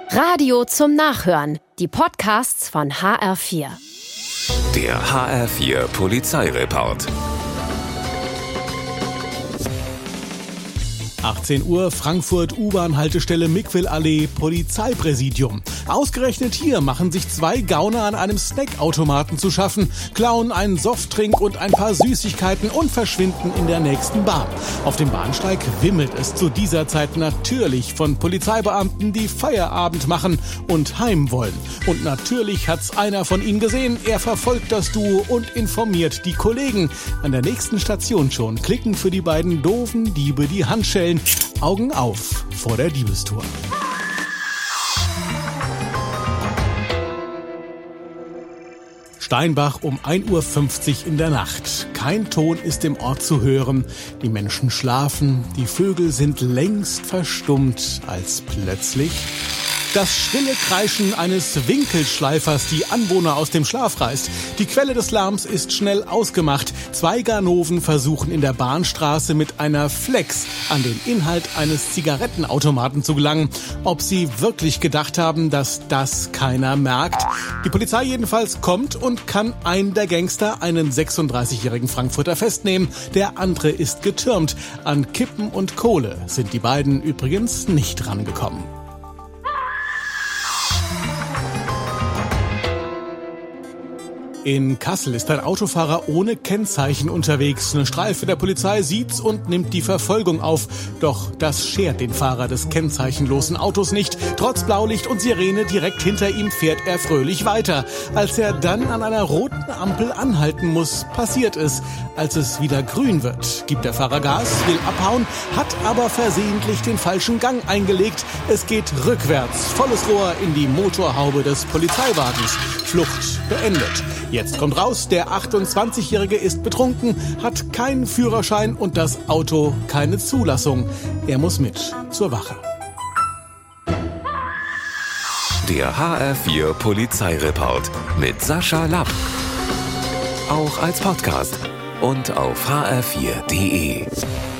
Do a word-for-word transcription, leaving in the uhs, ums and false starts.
Radio zum Nachhören. Die Podcasts von H R vier. Der H R vier Polizeireport. achtzehn Uhr, Frankfurt, U-Bahn-Haltestelle Mickwil-Allee, Polizeipräsidium. Ausgerechnet hier machen sich zwei Gauner an einem Snackautomaten zu schaffen, klauen einen Softdrink und ein paar Süßigkeiten und verschwinden in der nächsten Bahn. Auf dem Bahnsteig wimmelt es zu dieser Zeit natürlich von Polizeibeamten, die Feierabend machen und heim wollen. Und natürlich hat's einer von ihnen gesehen. Er verfolgt das Duo und informiert die Kollegen. An der nächsten Station schon klicken für die beiden doofen Diebe die Handschellen. Augen auf vor der Diebestour. Steinbach um ein Uhr fünfzig in der Nacht. Kein Ton ist im Ort zu hören. Die Menschen schlafen, die Vögel sind längst verstummt, als plötzlich das schrille Kreischen eines Winkelschleifers die Anwohner aus dem Schlaf reißt. Die Quelle des Lärms ist schnell ausgemacht. Zwei Ganoven versuchen in der Bahnstraße mit einer Flex an den Inhalt eines Zigarettenautomaten zu gelangen. Ob sie wirklich gedacht haben, dass das keiner merkt? Die Polizei jedenfalls kommt und kann einen der Gangster, einen sechsunddreißigjährigen Frankfurter, festnehmen. Der andere ist getürmt. An Kippen und Kohle sind die beiden übrigens nicht rangekommen. In Kassel ist ein Autofahrer ohne Kennzeichen unterwegs. Eine Streife der Polizei sieht's und nimmt die Verfolgung auf. Doch das schert den Fahrer des kennzeichenlosen Autos nicht. Trotz Blaulicht und Sirene direkt hinter ihm fährt er fröhlich weiter. Als er dann an einer roten Ampel anhalten muss, passiert es. Als es wieder grün wird, gibt der Fahrer Gas, will abhauen, hat aber versehentlich den falschen Gang eingelegt. Es geht rückwärts, volles Rohr in die Motorhaube des Polizeiwagens. Flucht beendet. Jetzt kommt raus, der achtundzwanzigjährige ist betrunken, hat keinen Führerschein und das Auto keine Zulassung. Er muss mit zur Wache. Der H R vier Polizeireport mit Sascha Lapp. Auch als Podcast und auf h r vier punkt d e.